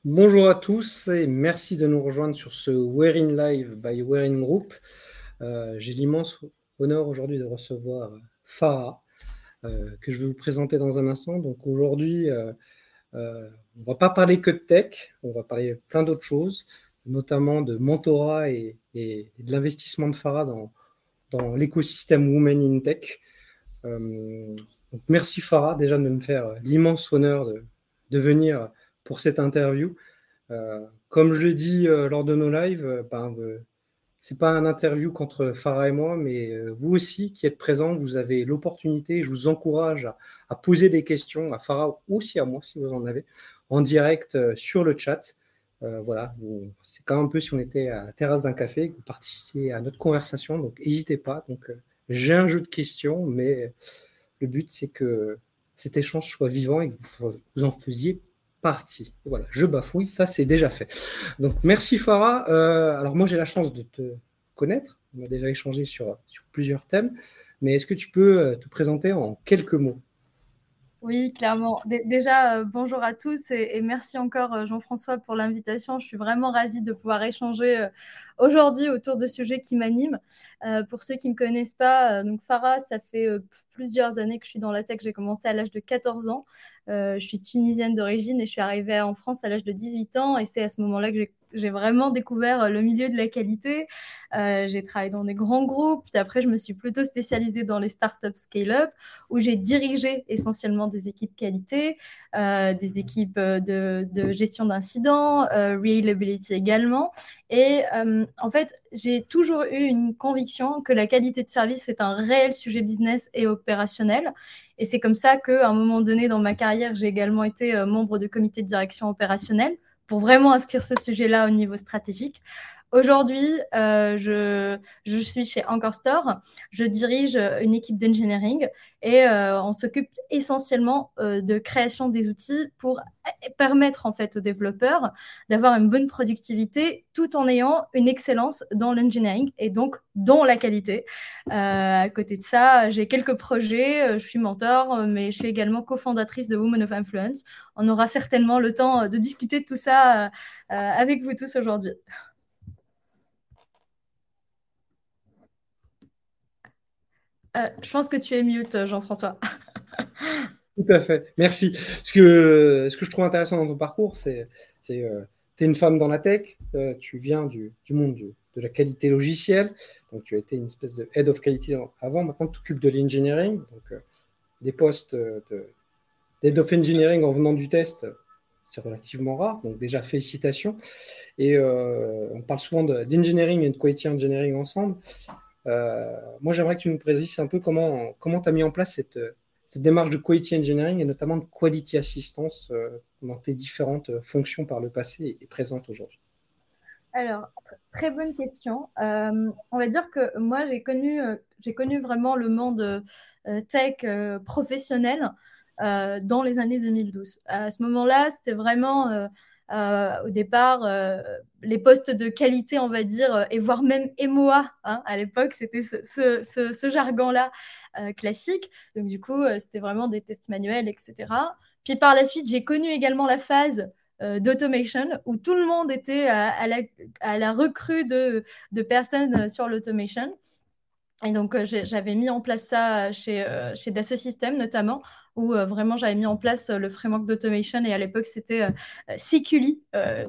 Bonjour à tous et merci de nous rejoindre sur ce We're in Live by We're in Group. J'ai l'immense honneur aujourd'hui de recevoir Farah, que je vais vous présenter dans un instant. Donc aujourd'hui, on ne va pas parler que de tech, on va parler plein d'autres choses, notamment de mentorat et de l'investissement de Farah dans l'écosystème Women in Tech. Donc merci Farah déjà de me faire l'immense honneur de venir pour cette interview. Comme je dis lors de nos lives, c'est pas un interview contre Farah et moi, mais vous aussi qui êtes présents, vous avez l'opportunité, je vous encourage à poser des questions à Farah ou aussi à moi si vous en avez, en direct sur le chat. Voilà, c'est quand même un peu si on était à la terrasse d'un café, que vous participez à notre conversation, donc n'hésitez pas. Donc j'ai un jeu de questions, mais le but c'est que cet échange soit vivant et que vous en faisiez partie. Voilà, je bafouille, ça c'est déjà fait. Donc merci Farah. Alors moi j'ai la chance de te connaître, on a déjà échangé sur plusieurs thèmes, mais est-ce que tu peux te présenter en quelques mots? Oui, clairement. Déjà, bonjour à tous et merci encore Jean-François pour l'invitation. Je suis vraiment ravie de pouvoir échanger aujourd'hui autour de sujets qui m'animent. Pour ceux qui ne me connaissent pas, donc Farah, ça fait plusieurs années que je suis dans la tech. J'ai commencé à l'âge de 14 ans. Je suis tunisienne d'origine et je suis arrivée en France à l'âge de 18 ans. Et c'est à ce moment-là que j'ai vraiment découvert le milieu de la qualité. J'ai travaillé dans des grands groupes. Puis après, je me suis plutôt spécialisée dans les startups scale-up où j'ai dirigé essentiellement des équipes qualité, des équipes de gestion d'incidents, reliability également. Et en fait, j'ai toujours eu une conviction que la qualité de service est un réel sujet business et opérationnel. Et c'est comme ça qu'à un moment donné dans ma carrière, j'ai également été membre de comité de direction opérationnelle pour vraiment inscrire ce sujet-là au niveau stratégique. Aujourd'hui, je suis chez Anchor Store. Je dirige une équipe d'engineering et on s'occupe essentiellement de création des outils pour permettre en fait aux développeurs d'avoir une bonne productivité tout en ayant une excellence dans l'engineering et donc dans la qualité. À côté de ça, j'ai quelques projets, je suis mentor, mais je suis également cofondatrice de Women of Influence. On aura certainement le temps de discuter de tout ça avec vous tous aujourd'hui. Je pense que tu es mute, Jean-François. Tout à fait, merci. Ce que je trouve intéressant dans ton parcours, c'est tu es une femme dans la tech, tu viens du monde de la qualité logicielle, donc tu as été une espèce de head of quality avant, maintenant tu t'occupes de l'engineering, donc des postes d'head of engineering en venant du test, c'est relativement rare, donc déjà félicitations. Et on parle souvent d'engineering et de quality engineering ensemble. Moi, j'aimerais que tu nous précises un peu comment tu as mis en place cette démarche de quality engineering et notamment de quality assistance dans tes différentes fonctions par le passé et présentes aujourd'hui. Alors, très bonne question. On va dire que moi, j'ai connu vraiment le monde tech professionnel dans les années 2012. À ce moment-là, c'était vraiment au départ les postes de qualité, on va dire, et voire même EMOA. Hein, à l'époque, c'était ce jargon-là classique. Donc, du coup, c'était vraiment des tests manuels, etc. Puis par la suite, j'ai connu également la phase d'automation où tout le monde était à la recrue de personnes sur l'automation. Et donc, j'avais mis en place ça chez Dassault Systèmes notamment, où vraiment j'avais mis en place le framework d'automation. Et à l'époque, c'était CQLI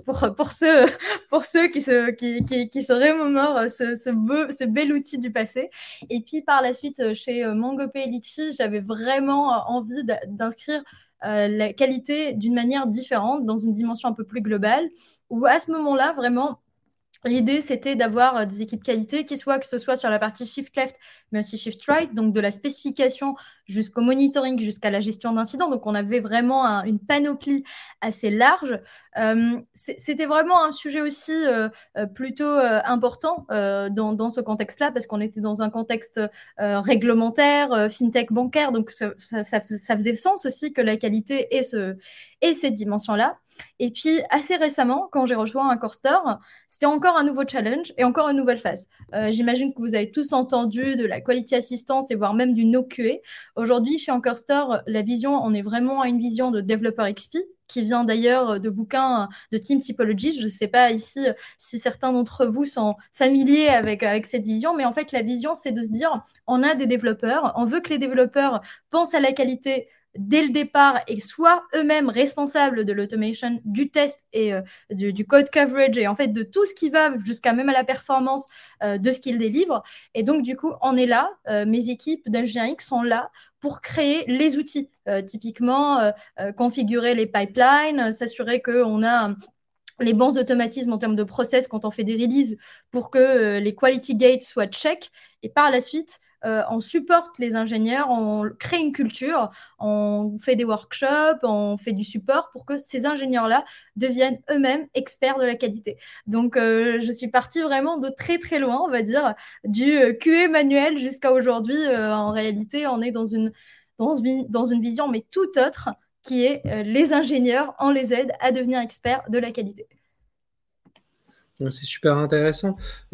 pour ceux qui se remémorent ce bel outil du passé. Et puis par la suite, chez MongoPay et Litchi, j'avais vraiment envie d'inscrire la qualité d'une manière différente, dans une dimension un peu plus globale, où à ce moment-là, vraiment, l'idée, c'était d'avoir des équipes qualité que ce soit sur la partie shift left, mais aussi shift right, donc de la spécification jusqu'au monitoring, jusqu'à la gestion d'incidents. Donc, on avait vraiment une panoplie assez large. C'était vraiment un sujet aussi plutôt important dans ce contexte-là, parce qu'on était dans un contexte réglementaire, fintech bancaire, donc ça faisait sens aussi que la qualité ait cette dimension-là. Et puis, assez récemment, quand j'ai rejoint un core store, c'était encore un nouveau challenge et encore une nouvelle phase. J'imagine que vous avez tous entendu de la quality assistance et voire même du no QA. Aujourd'hui, chez Anchor Store, la vision, on est vraiment à une vision de développeur XP, qui vient d'ailleurs de bouquins de Team Typology. Je ne sais pas ici si certains d'entre vous sont familiers avec cette vision, mais en fait, la vision, c'est de se dire, on a des développeurs, on veut que les développeurs pensent à la qualité dès le départ et soient eux-mêmes responsables de l'automation, du test et du code coverage et en fait de tout ce qui va jusqu'à même à la performance de ce qu'ils délivrent. Et donc, du coup, on est là, mes équipes d'ingénierie sont là pour créer les outils. Typiquement, configurer les pipelines, s'assurer qu'on a les bons automatismes en termes de process quand on fait des releases pour que les quality gates soient check. Et par la suite, on supporte les ingénieurs, on crée une culture, on fait des workshops, on fait du support pour que ces ingénieurs-là deviennent eux-mêmes experts de la qualité. Donc, je suis partie vraiment de très, très loin, on va dire, du QA manuel jusqu'à aujourd'hui. En réalité, on est dans une vision, mais tout autre, qui est les ingénieurs, on les aide à devenir experts de la qualité. C'est super intéressant.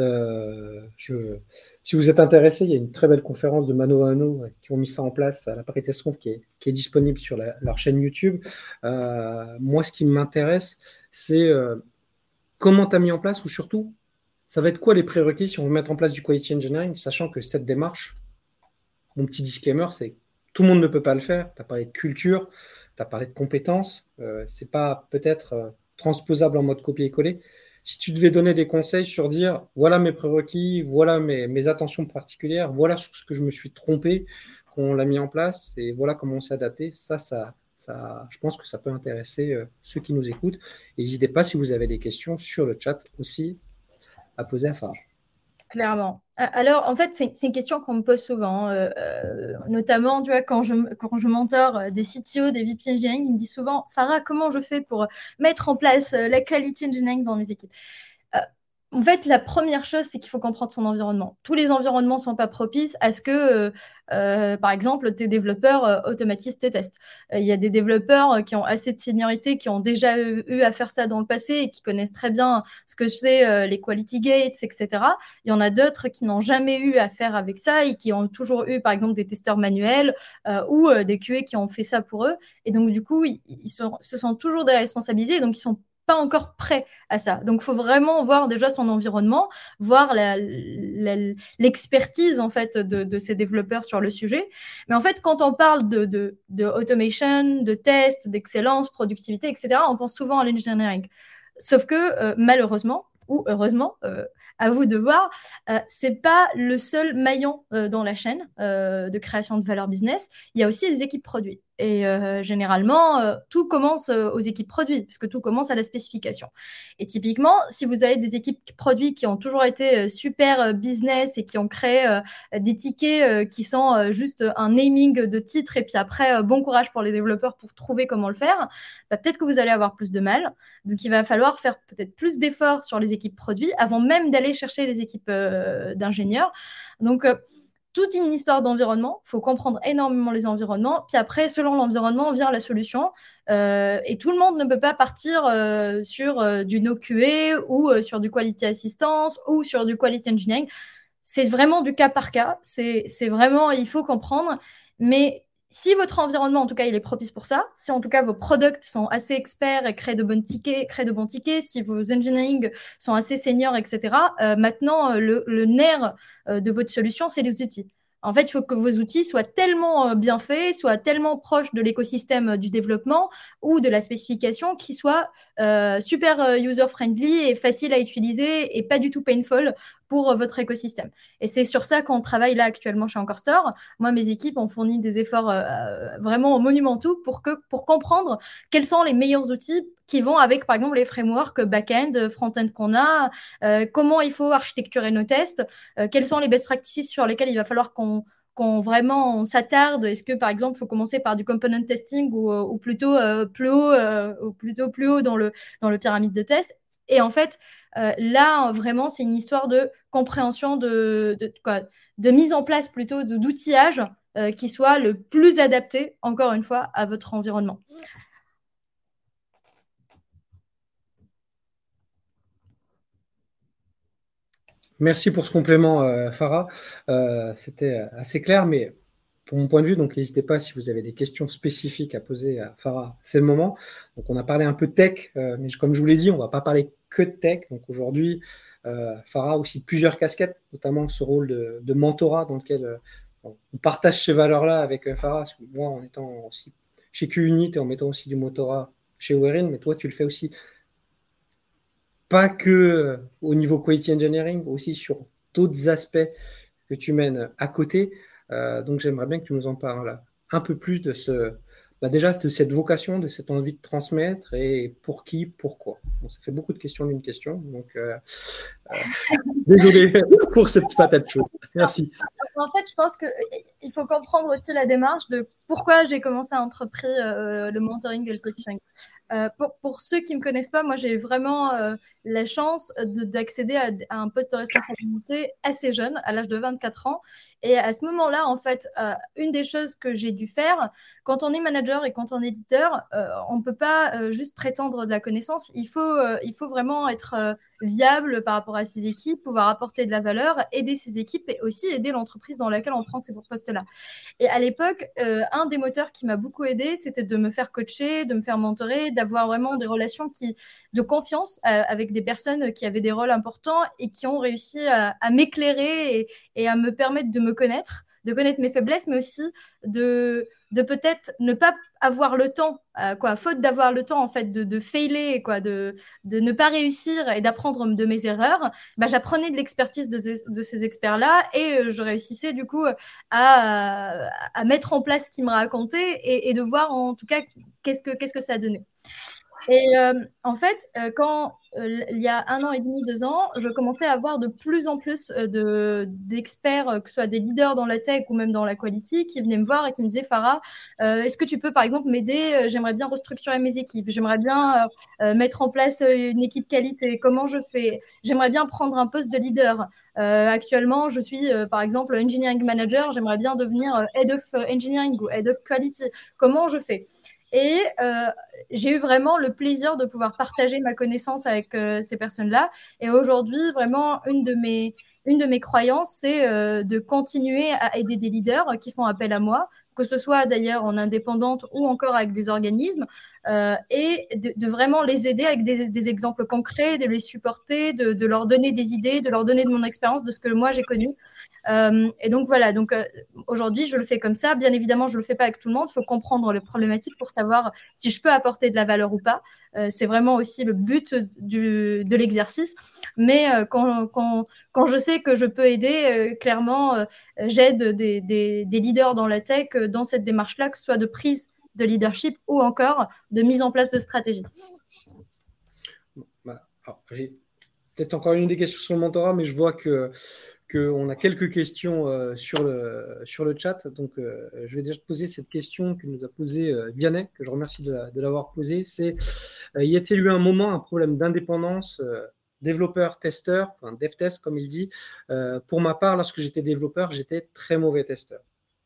Si vous êtes intéressé, il y a une très belle conférence de mano à mano qui ont mis ça en place à la ParisTest Conf qui est disponible sur leur chaîne YouTube. Moi, ce qui m'intéresse, c'est comment tu as mis en place ou surtout, ça va être quoi les prérequis si on veut mettre en place du quality engineering, sachant que cette démarche, mon petit disclaimer, c'est tout le monde ne peut pas le faire. Tu as parlé de culture, tu as parlé de compétences. C'est pas peut-être transposable en mode copier-coller. Si tu devais donner des conseils sur dire voilà mes prérequis, voilà mes attentions particulières, voilà sur ce que je me suis trompé, qu'on l'a mis en place et voilà comment on s'est adapté, je pense que ça peut intéresser ceux qui nous écoutent. Et n'hésitez pas si vous avez des questions sur le chat aussi à poser à Farah. Clairement. Alors, en fait, c'est une question qu'on me pose souvent, notamment, tu vois, quand je mentore des CTO, des VP Engineering, ils me disent souvent, Farah, comment je fais pour mettre en place la quality engineering dans mes équipes? En fait, la première chose, c'est qu'il faut comprendre son environnement. Tous les environnements ne sont pas propices à ce que, par exemple, tes développeurs automatisent tes tests. Il y a des développeurs qui ont assez de seniorité, qui ont déjà eu à faire ça dans le passé et qui connaissent très bien ce que c'est les quality gates, etc. Il y en a d'autres qui n'ont jamais eu à faire avec ça et qui ont toujours eu, par exemple, des testeurs manuels ou des QA qui ont fait ça pour eux. Et donc, du coup, ils se sentent toujours déresponsabilisés, donc ils sont pas encore prêt à ça. Donc, il faut vraiment voir déjà son environnement, voir l'expertise en fait de ces développeurs sur le sujet. Mais en fait, quand on parle de automation, de test, d'excellence, productivité, etc., on pense souvent à l'engineering. Sauf que malheureusement ou heureusement, à vous de voir, c'est pas le seul maillon dans la chaîne de création de valeur business. Il y a aussi les équipes produits. Et généralement, tout commence aux équipes produits, puisque tout commence à la spécification. Et typiquement, si vous avez des équipes produits qui ont toujours été super business et qui ont créé des tickets qui sont juste un naming de titre, et puis après, bon courage pour les développeurs pour trouver comment le faire, bah, peut-être que vous allez avoir plus de mal. Donc, il va falloir faire peut-être plus d'efforts sur les équipes produits avant même d'aller chercher les équipes d'ingénieurs. Donc, toute une histoire d'environnement. Il faut comprendre énormément les environnements. Puis après, selon l'environnement, vient la solution. Et tout le monde ne peut pas partir sur du no-QA ou sur du quality assistance ou sur du quality engineering. C'est vraiment du cas par cas. C'est vraiment, il faut comprendre. Mais si votre environnement, en tout cas, il est propice pour ça, si en tout cas vos products sont assez experts et créent de bons tickets, si vos engineering sont assez seniors, etc., maintenant, le nerf de votre solution, c'est les outils. En fait, il faut que vos outils soient tellement bien faits, soient tellement proches de l'écosystème du développement ou de la spécification, qu'ils soient super user-friendly et faciles à utiliser et pas du tout painful pour votre écosystème. Et c'est sur ça qu'on travaille là actuellement chez Encore Store. Moi, mes équipes ont fourni des efforts vraiment monumentaux pour comprendre quels sont les meilleurs outils qui vont avec, par exemple, les frameworks back-end, front-end qu'on a, comment il faut architecturer nos tests, quels sont les best practices sur lesquels il va falloir qu'on vraiment on s'attarde. Est-ce que, par exemple, il faut commencer par du component testing ou plutôt plus haut dans le pyramide de test. Et en fait, là, vraiment, c'est une histoire de compréhension de mise en place plutôt d'outillage qui soit le plus adapté, encore une fois, à votre environnement. Merci pour ce complément, Farah. C'était assez clair, mais pour mon point de vue, donc n'hésitez pas si vous avez des questions spécifiques à poser à Farah, c'est le moment. Donc on a parlé un peu de tech, mais comme je vous l'ai dit, on ne va pas parler que de tech. Donc aujourd'hui, Farah a aussi plusieurs casquettes, notamment ce rôle de mentorat dans lequel on partage ces valeurs-là avec Farah. Moi, en étant aussi chez QUnit et en mettant aussi du mentorat chez Werin, mais toi, tu le fais aussi pas que au niveau quality engineering, aussi sur d'autres aspects que tu mènes à côté. Donc, j'aimerais bien que tu nous en parles un peu plus de déjà de cette vocation, de cette envie de transmettre et pour qui, pourquoi. Bon, ça fait beaucoup de questions d'une question. Donc, désolé pour cette patate chaude. Merci. En fait, je pense qu'il faut comprendre aussi la démarche de pourquoi j'ai commencé à entreprendre le mentoring et le coaching. Pour ceux qui ne me connaissent pas, moi, j'ai vraiment la chance d'accéder à un poste de responsabilité assez jeune, à l'âge de 24 ans. Et à ce moment-là, en fait, une des choses que j'ai dû faire, quand on est manager et quand on est éditeur, on ne peut pas juste prétendre de la connaissance. Il faut vraiment être viable par rapport à ses équipes, pouvoir apporter de la valeur, aider ses équipes et aussi aider l'entreprise dans laquelle on prend ces postes-là. Et à l'époque, un des moteurs qui m'a beaucoup aidé, c'était de me faire coacher, de me faire mentorer, d'avoir vraiment des relations de confiance avec des personnes qui avaient des rôles importants et qui ont réussi à m'éclairer et à me permettre de me connaître, de connaître mes faiblesses, mais aussi de peut-être ne pas avoir le temps, faute d'avoir le temps en fait de failer, de ne pas réussir et d'apprendre de mes erreurs, j'apprenais de l'expertise de ces experts-là et je réussissais du coup à mettre en place ce qu'ils me racontaient et de voir en tout cas qu'est-ce que ça donnait. Et en fait, quand il y a 1 an et demi, 2 ans, je commençais à avoir de plus en plus d'experts, que ce soit des leaders dans la tech ou même dans la quality, qui venaient me voir et qui me disaient « Farah, est-ce que tu peux par exemple m'aider? J'aimerais bien restructurer mes équipes, j'aimerais bien mettre en place une équipe qualité, comment je fais? J'aimerais bien prendre un poste de leader. Actuellement, je suis par exemple engineering manager, j'aimerais bien devenir head of engineering ou head of quality. Comment je fais ?» Et j'ai eu vraiment le plaisir de pouvoir partager ma connaissance avec ces personnes-là. Et aujourd'hui, vraiment, une de mes croyances, c'est de continuer à aider des leaders qui font appel à moi, que ce soit d'ailleurs en indépendante ou encore avec des organismes, et de vraiment les aider avec des exemples concrets, de les supporter, de leur donner des idées, de leur donner de mon expérience, de ce que moi j'ai connu. Et donc voilà, aujourd'hui je le fais comme ça. Bien évidemment, je ne le fais pas avec tout le monde. Il faut comprendre les problématiques pour savoir si je peux apporter de la valeur ou pas. C'est vraiment aussi le but de l'exercice. Mais quand je sais que je peux aider, clairement, j'aide des leaders dans la tech dans cette démarche-là, que ce soit de prise de leadership ou encore de mise en place de stratégie. J'ai peut-être encore une des questions sur le mentorat, mais je vois qu'on a quelques questions sur le chat. Donc, je vais déjà te poser cette question que nous a posée Vianney, que je remercie de l'avoir posée. C'est y a-t-il eu un moment, un problème d'indépendance développeur, testeur, enfin dev test comme il dit. Pour ma part, lorsque j'étais développeur, j'étais très mauvais testeur.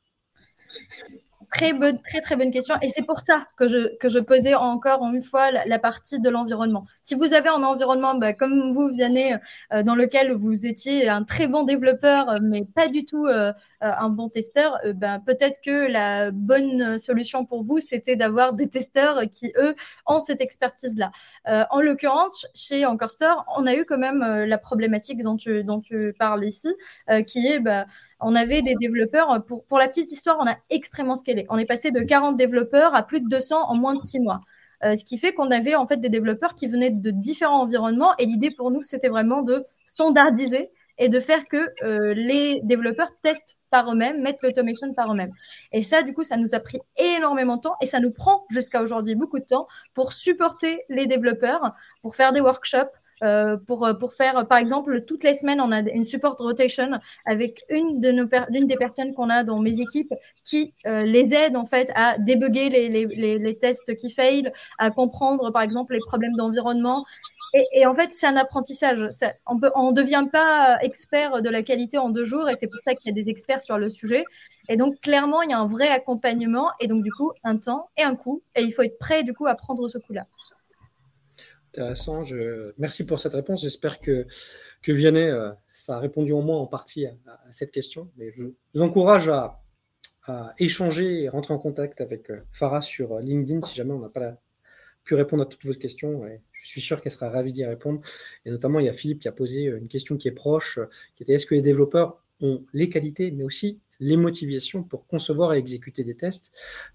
Très bonne question. Et c'est pour ça que je posais encore une fois la partie de l'environnement. Si vous avez un environnement comme vous, Vianney, dans lequel vous étiez un très bon développeur, mais pas du tout un bon testeur, peut-être que la bonne solution pour vous, c'était d'avoir des testeurs qui, eux, ont cette expertise-là. En l'occurrence, chez Encore Store, on a eu quand même la problématique dont tu parles ici, qui est... on avait des développeurs, pour la petite histoire, on a extrêmement scalé. On est passé de 40 développeurs à plus de 200 en moins de 6 mois. Ce qui fait qu'on avait en fait des développeurs qui venaient de différents environnements et l'idée pour nous, c'était vraiment de standardiser et de faire que les développeurs testent par eux-mêmes, mettent l'automation par eux-mêmes. Et ça, du coup, ça nous a pris énormément de temps et ça nous prend jusqu'à aujourd'hui beaucoup de temps pour supporter les développeurs, pour faire des workshops, pour faire, par exemple, toutes les semaines, on a une support rotation avec l'une des personnes qu'on a dans mes équipes qui les aide en fait à débugger les tests qui fail, à comprendre, par exemple, les problèmes d'environnement. Et en fait, c'est un apprentissage. On ne devient pas expert de la qualité en 2 jours et c'est pour ça qu'il y a des experts sur le sujet. Et donc, clairement, il y a un vrai accompagnement et donc, du coup, un temps et un coût. Et il faut être prêt, du coup, à prendre ce coup-là. Intéressant. Merci pour cette réponse. J'espère que Vianney, ça a répondu au moins en partie à cette question. Mais je vous encourage à à échanger et rentrer en contact avec Farah sur LinkedIn si jamais on n'a pas pu répondre à toutes vos questions. Et je suis sûr qu'elle sera ravie d'y répondre. Et notamment, il y a Philippe qui a posé une question qui est proche, qui était est-ce que les développeurs ont les qualités, mais aussi les motivations pour concevoir et exécuter des tests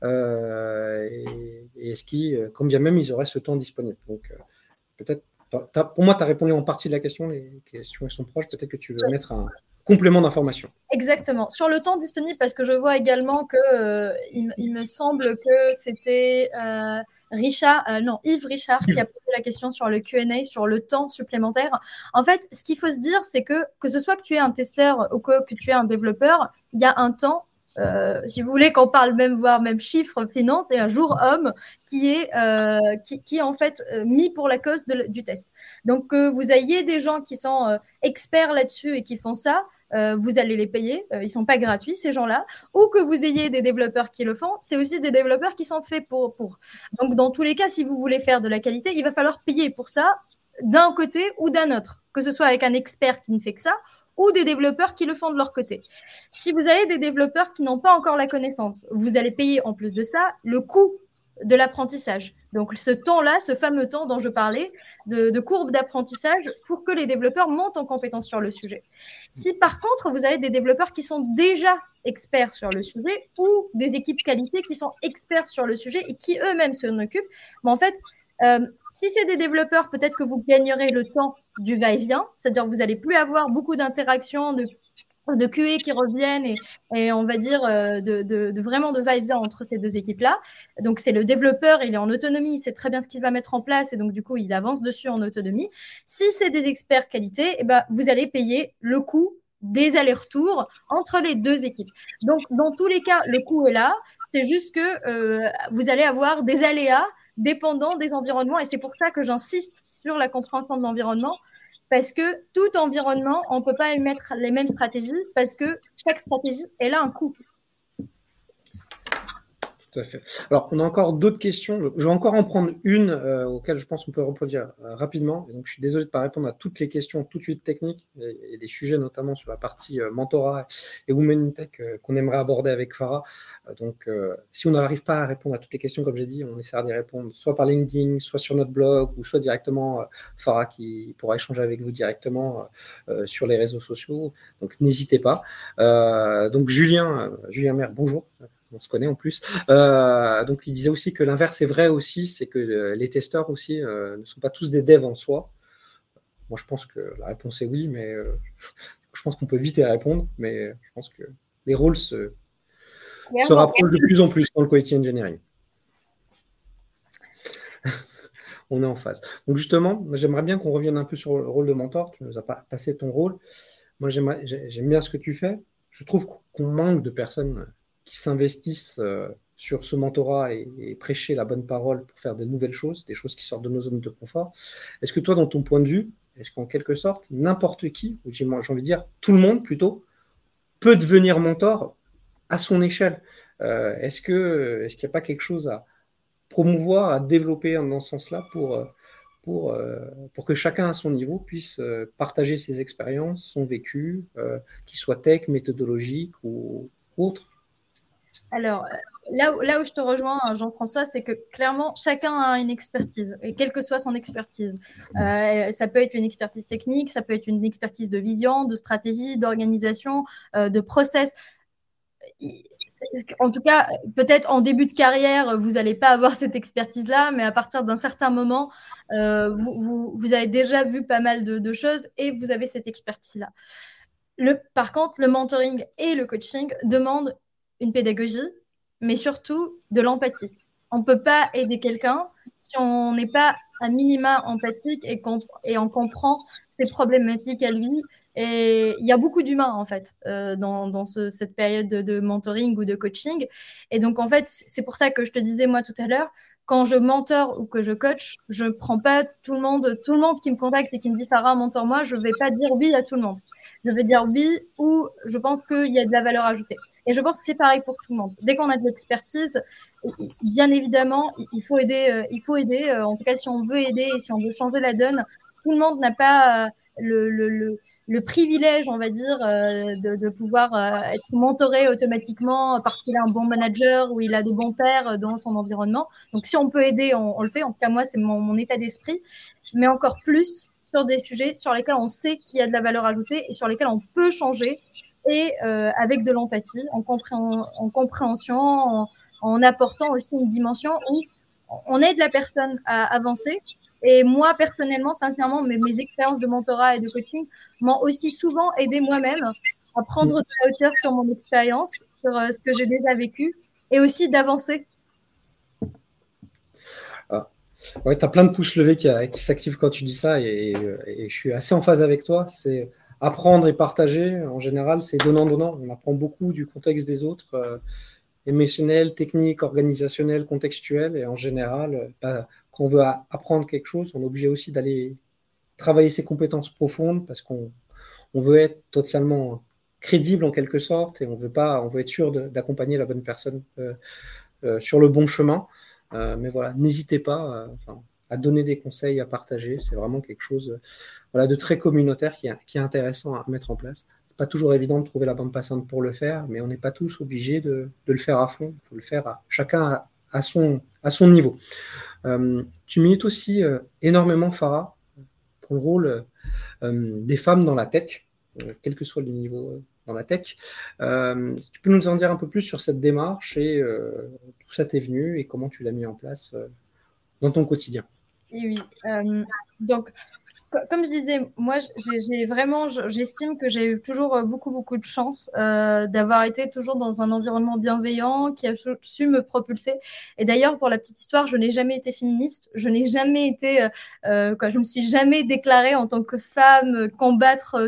et est-ce quand bien même ils auraient ce temps disponible. Donc, peut-être, pour moi, tu as répondu en partie de la question. Les questions sont proches. Peut-être que tu veux mettre un complément d'information. Exactement. Sur le temps disponible, parce que je vois également que il me semble que c'était Yves Richard qui a posé la question sur le Q&A, sur le temps supplémentaire. En fait, ce qu'il faut se dire, c'est que ce soit que tu es un testeur ou que tu es un développeur, il y a un temps. Si vous voulez qu'on parle voire même chiffres, finance, et un jour homme qui est en fait mis pour la cause du test. Donc que vous ayez des gens qui sont experts là-dessus et qui font ça, vous allez les payer, ils sont pas gratuits ces gens-là, ou que vous ayez des développeurs qui le font, c'est aussi des développeurs qui sont faits pour. Donc dans tous les cas, si vous voulez faire de la qualité, il va falloir payer pour ça d'un côté ou d'un autre, que ce soit avec un expert qui ne fait que ça, ou des développeurs qui le font de leur côté. Si vous avez des développeurs qui n'ont pas encore la connaissance, vous allez payer en plus de ça le coût de l'apprentissage. Donc ce temps-là, ce fameux temps dont je parlais, de courbe d'apprentissage pour que les développeurs montent en compétence sur le sujet. Si par contre, vous avez des développeurs qui sont déjà experts sur le sujet ou des équipes qualité qui sont experts sur le sujet et qui eux-mêmes s'en occupent, en fait, si c'est des développeurs, peut-être que vous gagnerez le temps du va-et-vient, c'est-à-dire que vous n'allez plus avoir beaucoup d'interactions, de QA qui reviennent et on va dire vraiment de va-et-vient entre ces deux équipes-là. Donc, c'est le développeur, il est en autonomie, il sait très bien ce qu'il va mettre en place et donc, du coup, il avance dessus en autonomie. Si c'est des experts qualité, eh ben, vous allez payer le coût des allers-retours entre les deux équipes. Donc, dans tous les cas, le coût est là. C'est juste que vous allez avoir des aléas dépendant des environnements et c'est pour ça que j'insiste sur la compréhension de l'environnement. Parce que tout environnement, on ne peut pas émettre les mêmes stratégies parce que chaque stratégie, elle a un coût. Tout à fait. Alors, on a encore d'autres questions. Je vais encore en prendre une auquel je pense qu'on peut reproduire rapidement. Et donc, je suis désolé de ne pas répondre à toutes les questions tout de suite techniques et des sujets notamment sur la partie mentorat et Women in Tech qu'on aimerait aborder avec Farah. Donc, si on n'arrive pas à répondre à toutes les questions, comme j'ai dit, on essaiera d'y répondre soit par LinkedIn, soit sur notre blog, ou soit directement Farah qui pourra échanger avec vous directement sur les réseaux sociaux. Donc, n'hésitez pas. Donc, Julien Maire, bonjour. On se connaît en plus. Donc, il disait aussi que l'inverse est vrai aussi, c'est que les testeurs aussi ne sont pas tous des devs en soi. Moi, je pense que la réponse est oui, mais je pense qu'on peut vite y répondre. Mais je pense que les rôles se rapprochent de plus en plus dans le quality engineering. On est en phase. Donc, justement, j'aimerais bien qu'on revienne un peu sur le rôle de mentor. Tu nous as pas passé ton rôle. Moi, j'aime bien ce que tu fais. Je trouve qu'on manque de personnes qui s'investissent sur ce mentorat et prêcher la bonne parole pour faire de nouvelles choses, des choses qui sortent de nos zones de confort. Est-ce que toi, dans ton point de vue, est-ce qu'en quelque sorte, n'importe qui, ou j'ai envie de dire tout le monde plutôt, peut devenir mentor à son échelle Est-ce qu'il n'y a pas quelque chose à promouvoir, à développer dans ce sens-là pour que chacun à son niveau puisse partager ses expériences, son vécu, qu'il soit tech, méthodologique ou autre? Alors, là où je te rejoins, Jean-François, c'est que clairement, chacun a une expertise, et quelle que soit son expertise. Ça peut être une expertise technique, ça peut être une expertise de vision, de stratégie, d'organisation, de process. En tout cas, peut-être en début de carrière, vous n'allez pas avoir cette expertise-là, mais à partir d'un certain moment, vous avez déjà vu pas mal de choses et vous avez cette expertise-là. Par contre, le mentoring et le coaching demandent une pédagogie, mais surtout de l'empathie. On ne peut pas aider quelqu'un si on n'est pas à minima empathique et on comprend ses problématiques à lui. Et il y a beaucoup d'humains, en fait, dans cette période de mentoring ou de coaching. Et donc, en fait, c'est pour ça que je te disais, moi, tout à l'heure, quand je mentor ou que je coach, je ne prends pas tout le monde qui me contacte et qui me dit « Farah, mentor-moi », je ne vais pas dire oui à tout le monde. Je vais dire oui ou je pense qu'il y a de la valeur ajoutée. Et je pense que c'est pareil pour tout le monde. Dès qu'on a de l'expertise, bien évidemment, il faut aider. En tout cas, si on veut aider et si on veut changer la donne, tout le monde n'a pas le privilège, on va dire, de pouvoir être mentoré automatiquement parce qu'il a un bon manager ou il a de bons pairs dans son environnement. Donc, si on peut aider, on le fait. En tout cas, moi, c'est mon état d'esprit. Mais encore plus sur des sujets sur lesquels on sait qu'il y a de la valeur ajoutée et sur lesquels on peut changer et avec de l'empathie, en compréhension, en apportant aussi une dimension où on aide la personne à avancer. Et moi, personnellement, sincèrement, mes expériences de mentorat et de coaching m'ont aussi souvent aidé moi-même à prendre de la hauteur sur mon expérience, sur ce que j'ai déjà vécu et aussi d'avancer. Ouais, tu as plein de pouces levés qui s'activent quand tu dis ça et je suis assez en phase avec toi. C'est apprendre et partager. En général, c'est donnant-donnant. On apprend beaucoup du contexte des autres, émotionnel, technique, organisationnel, contextuel. Et en général, quand on veut apprendre quelque chose, on est obligé aussi d'aller travailler ses compétences profondes parce qu'on veut être totalement crédible en quelque sorte et on veut être sûr d'accompagner la bonne personne sur le bon chemin. Mais voilà, n'hésitez pas à donner des conseils, à partager. C'est vraiment quelque chose de très communautaire qui est intéressant à mettre en place. C'est pas toujours évident de trouver la bonne personne pour le faire, mais on n'est pas tous obligés de le faire à fond. Il faut le faire chacun à son niveau. Tu milites aussi énormément, Farah, pour le rôle des femmes dans la tech, quel que soit le niveau dans la tech. Tu peux nous en dire un peu plus sur cette démarche et d'où ça t'est venu et comment tu l'as mis en place dans ton quotidien? Oui. Donc, comme je disais, moi, j'estime que j'ai eu toujours beaucoup de chance d'avoir été toujours dans un environnement bienveillant qui a su me propulser. Et d'ailleurs, pour la petite histoire, je n'ai jamais été féministe. Je n'ai jamais été, je me suis jamais déclarée en tant que femme combattre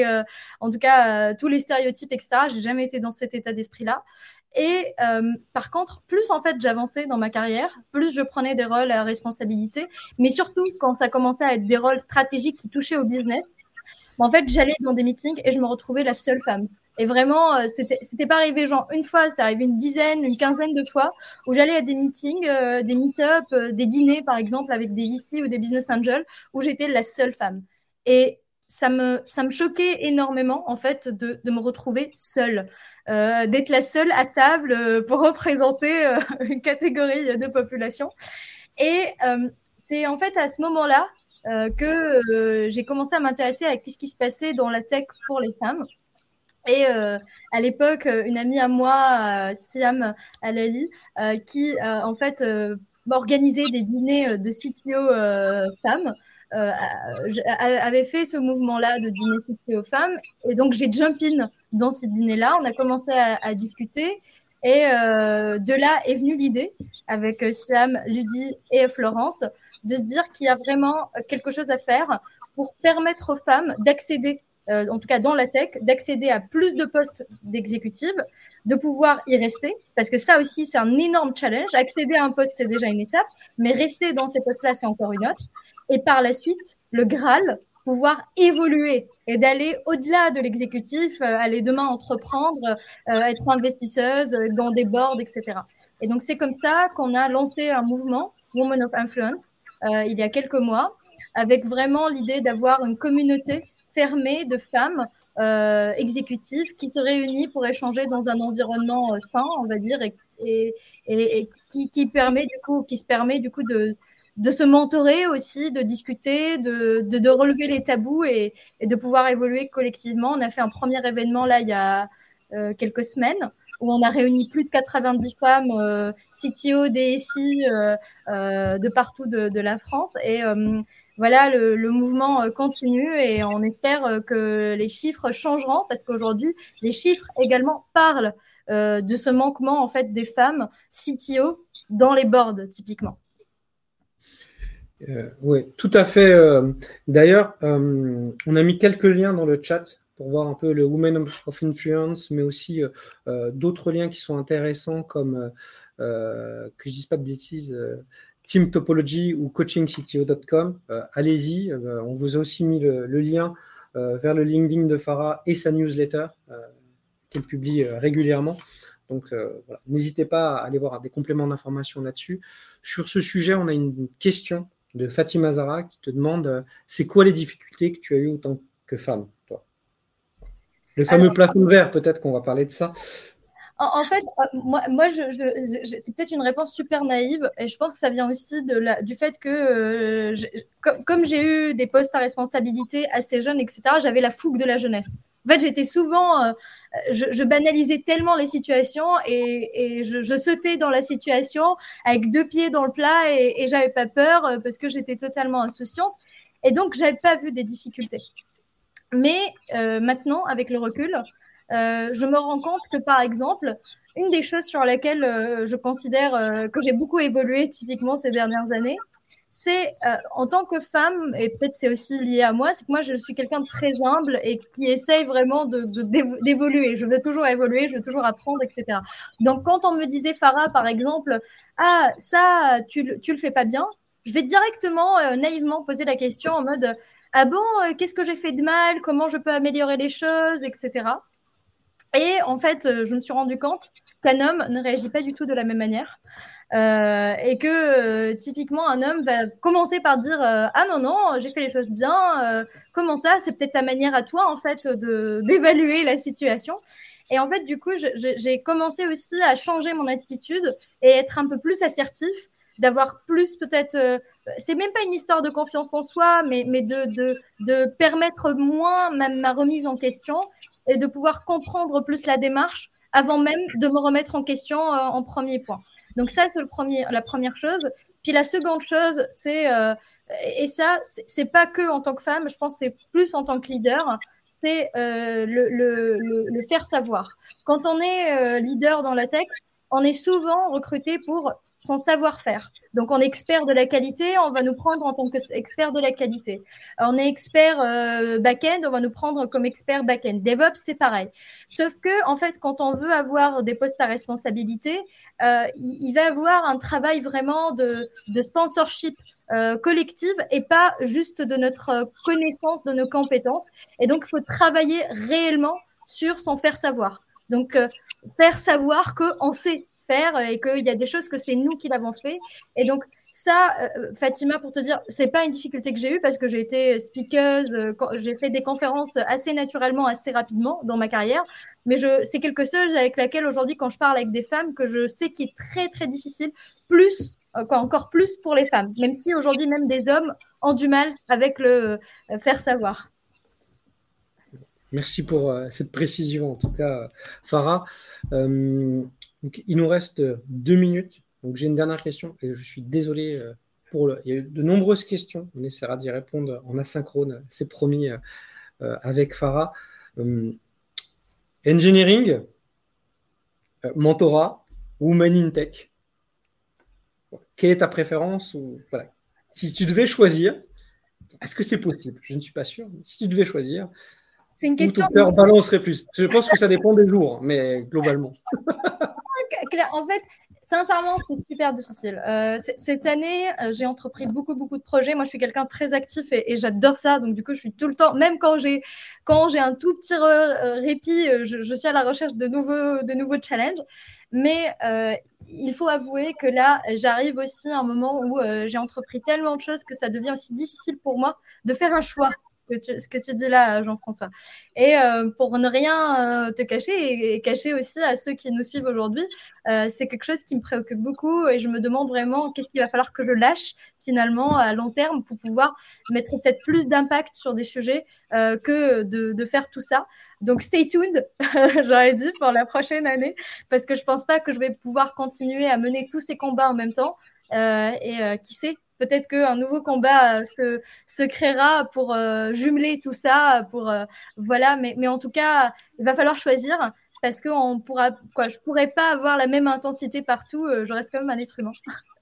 tous les stéréotypes, etc. J'ai jamais été dans cet état d'esprit-là. Et par contre, plus en fait j'avançais dans ma carrière, plus je prenais des rôles à responsabilité, mais surtout quand ça commençait à être des rôles stratégiques qui touchaient au business, en fait j'allais dans des meetings et je me retrouvais la seule femme. Et vraiment, c'était pas arrivé genre une fois, c'est arrivé une dizaine, une quinzaine de fois où j'allais à des meetings, des meet-up, des dîners par exemple avec des VC ou des business angels où j'étais la seule femme. Et ça me choquait énormément en fait de me retrouver seule. D'être la seule à table pour représenter une catégorie de population. Et c'est en fait à ce moment-là que j'ai commencé à m'intéresser à ce qui se passait dans la tech pour les femmes. Et à l'époque, une amie à moi, Siam Alali, qui en fait organisait des dîners de CTO femmes, avait fait ce mouvement-là de dîner CTO femmes. Et donc, j'ai jump in dans ces dîners-là. On a commencé à discuter. Et de là est venue l'idée, avec Siam, Ludi et Florence, de se dire qu'il y a vraiment quelque chose à faire pour permettre aux femmes d'accéder en tout cas dans la tech, d'accéder à plus de postes d'exécutive, de pouvoir y rester, parce que ça aussi, c'est un énorme challenge. Accéder à un poste, c'est déjà une étape, mais rester dans ces postes-là, c'est encore une autre. Et par la suite, le Graal, pouvoir évoluer et d'aller au-delà de l'exécutif, aller demain entreprendre, être investisseuse dans des boards, etc. Et donc, c'est comme ça qu'on a lancé un mouvement, Women of Influence, il y a quelques mois, avec vraiment l'idée d'avoir une communauté fermée de femmes exécutives qui se réunissent pour échanger dans un environnement sain, on va dire, et qui se permet du coup de se mentorer aussi, de discuter, de relever les tabous et de pouvoir évoluer collectivement. On a fait un premier événement là il y a quelques semaines où on a réuni plus de 90 femmes CTO, DSI de partout de la France et voilà, le mouvement continue et on espère que les chiffres changeront parce qu'aujourd'hui, les chiffres également parlent de ce manquement en fait des femmes CTO dans les boards typiquement. Oui, tout à fait. D'ailleurs, on a mis quelques liens dans le chat pour voir un peu le Women of Influence, mais aussi d'autres liens qui sont intéressants comme, que je ne dise pas de bêtises, Team Topology ou coachingcto.com. Allez-y, on vous a aussi mis le lien vers le LinkedIn de Farah et sa newsletter qu'elle publie régulièrement. Donc, voilà. N'hésitez pas à aller voir des compléments d'information là-dessus. Sur ce sujet, on a une question de Fatima Zara qui te demande c'est quoi les difficultés que tu as eues en tant que femme, toi? Le fameux plafond de verre, peut-être qu'on va parler de ça. En fait, c'est peut-être une réponse super naïve et je pense que ça vient aussi du fait que comme j'ai eu des postes à responsabilité assez jeunes, etc., j'avais la fougue de la jeunesse. En fait, j'étais souvent, je banalisais tellement les situations et je sautais dans la situation avec 2 pieds dans le plat et j'avais pas peur parce que j'étais totalement insouciante et donc j'avais pas vu des difficultés. Mais maintenant, avec le recul, je me rends compte que, par exemple, une des choses sur lesquelles je considère que j'ai beaucoup évolué typiquement ces dernières années, c'est en tant que femme, et peut-être c'est aussi lié à moi, c'est que moi je suis quelqu'un de très humble et qui essaye vraiment d'évoluer. Je veux toujours évoluer, je veux toujours apprendre, etc. Donc quand on me disait, Farah, par exemple, ah, ça, tu le fais pas bien, je vais directement, naïvement poser la question en mode, ah bon, qu'est-ce que j'ai fait de mal, comment je peux améliorer les choses, etc. Et en fait, je me suis rendu compte qu'un homme ne réagit pas du tout de la même manière. Et que typiquement, un homme va commencer par dire ah non, non, j'ai fait les choses bien. Comment ça? C'est peut-être ta manière à toi, en fait, d'évaluer la situation. Et en fait, du coup, j'ai commencé aussi à changer mon attitude et être un peu plus assertif, d'avoir plus peut-être. C'est même pas une histoire de confiance en soi, mais de permettre moins ma remise en question et de pouvoir comprendre plus la démarche avant même de me remettre en question en premier point. Donc ça, c'est la première chose. Puis la seconde chose, et ça, c'est pas que en tant que femme, je pense que c'est plus en tant que leader, c'est le faire savoir. Quand on est leader dans la tech, on est souvent recruté pour son savoir-faire. Donc, on est expert de la qualité, on va nous prendre en tant qu'expert de la qualité. On est expert back-end, on va nous prendre comme expert back-end. DevOps, c'est pareil. Sauf que, en fait, quand on veut avoir des postes à responsabilité, il va avoir un travail vraiment de sponsorship collective et pas juste de notre connaissance, de nos compétences. Et donc, il faut travailler réellement sur son faire savoir. Donc, faire savoir qu'on sait faire et qu'il y a des choses que c'est nous qui l'avons fait. Et donc, ça, Fatima, pour te dire, c'est pas une difficulté que j'ai eue parce que j'ai été speakeuse, j'ai fait des conférences assez naturellement, assez rapidement dans ma carrière. Mais c'est quelque chose avec laquelle aujourd'hui, quand je parle avec des femmes, que je sais qui est très, très difficile, encore plus pour les femmes. Même si aujourd'hui, même des hommes ont du mal avec le faire savoir. Merci pour cette précision, en tout cas, Farah. Donc, il nous reste 2 minutes. Donc, j'ai une dernière question et je suis désolé il y a eu de nombreuses questions. On essaiera d'y répondre en asynchrone, c'est promis, avec Farah. Engineering, mentorat, woman in tech. Quelle est ta préférence voilà. Si tu devais choisir, est-ce que c'est possible? Je ne suis pas sûr. Si tu devais choisir, c'est une question. Où ton cœur balancerait plus? Je pense que ça dépend des jours, mais globalement. En fait, sincèrement, c'est super difficile. Cette année, j'ai entrepris beaucoup, beaucoup de projets. Moi, je suis quelqu'un de très actif et j'adore ça. Donc, du coup, je suis tout le temps, même quand j'ai un tout petit répit, je suis à la recherche de nouveaux challenges. Mais il faut avouer que là, j'arrive aussi à un moment où j'ai entrepris tellement de choses que ça devient aussi difficile pour moi de faire un choix. Ce que tu dis là, Jean-François. Et pour ne rien te cacher et cacher aussi à ceux qui nous suivent aujourd'hui, c'est quelque chose qui me préoccupe beaucoup et je me demande vraiment qu'est-ce qu'il va falloir que je lâche finalement à long terme pour pouvoir mettre peut-être plus d'impact sur des sujets que de faire tout ça. Donc stay tuned, j'aurais dit, pour la prochaine année, parce que je pense pas que je vais pouvoir continuer à mener tous ces combats en même temps. Qui sait, peut-être qu'un nouveau combat se créera pour jumeler tout ça, voilà. Mais en tout cas, il va falloir choisir parce que je pourrais pas avoir la même intensité partout. Je reste quand même un être humain.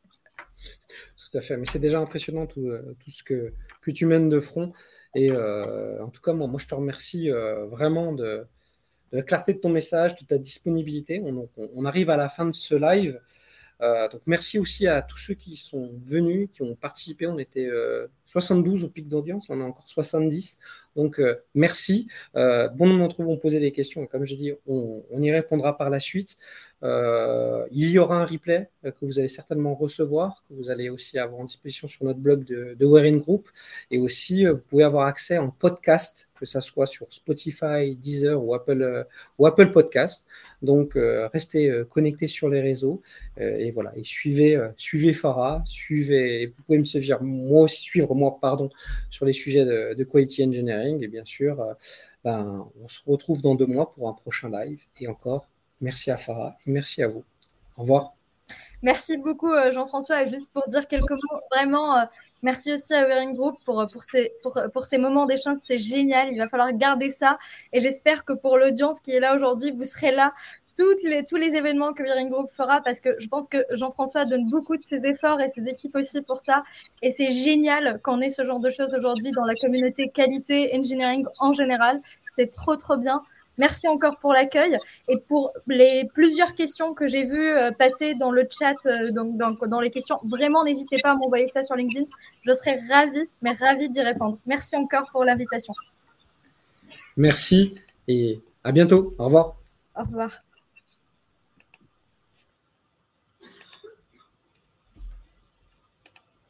Tout à fait. Mais c'est déjà impressionnant tout ce que tu mènes de front. Et en tout cas, moi, je te remercie vraiment de la clarté de ton message, de ta disponibilité. On arrive à la fin de ce live. Donc merci aussi à tous ceux qui sont venus, qui ont participé. On était 72 au pic d'audience, on a encore 70. Donc, merci. Bon nombre d'entre vous ont posé des questions. Et comme j'ai dit, on y répondra par la suite. Il y aura un replay que vous allez certainement recevoir, que vous allez aussi avoir en disposition sur notre blog de Werin Group. Et aussi, vous pouvez avoir accès en podcast, que ça soit sur Spotify, Deezer ou Apple Podcast. Donc, restez connectés sur les réseaux et voilà. Et suivez Farah, vous pouvez me suivre moi, sur les sujets de Quality Engineering. Et bien sûr, on se retrouve dans 2 mois pour un prochain live. Et encore, merci à Farah et merci à vous. Au revoir. Merci beaucoup Jean-François. Et juste pour dire quelques mots, vraiment, merci aussi à Werin Group pour ces moments d'échange. C'est génial. Il va falloir garder ça. Et j'espère que pour l'audience qui est là aujourd'hui, vous serez là tous les événements que Werin Group fera, parce que je pense que Jean-François donne beaucoup de ses efforts et ses équipes aussi pour ça. Et c'est génial qu'on ait ce genre de choses aujourd'hui dans la communauté qualité engineering en général. C'est trop, trop bien. Merci encore pour l'accueil et pour les plusieurs questions que j'ai vues passer dans le chat, dans les questions. Vraiment, n'hésitez pas à m'envoyer ça sur LinkedIn. Je serai ravie d'y répondre. Merci encore pour l'invitation. Merci et à bientôt. Au revoir. Au revoir.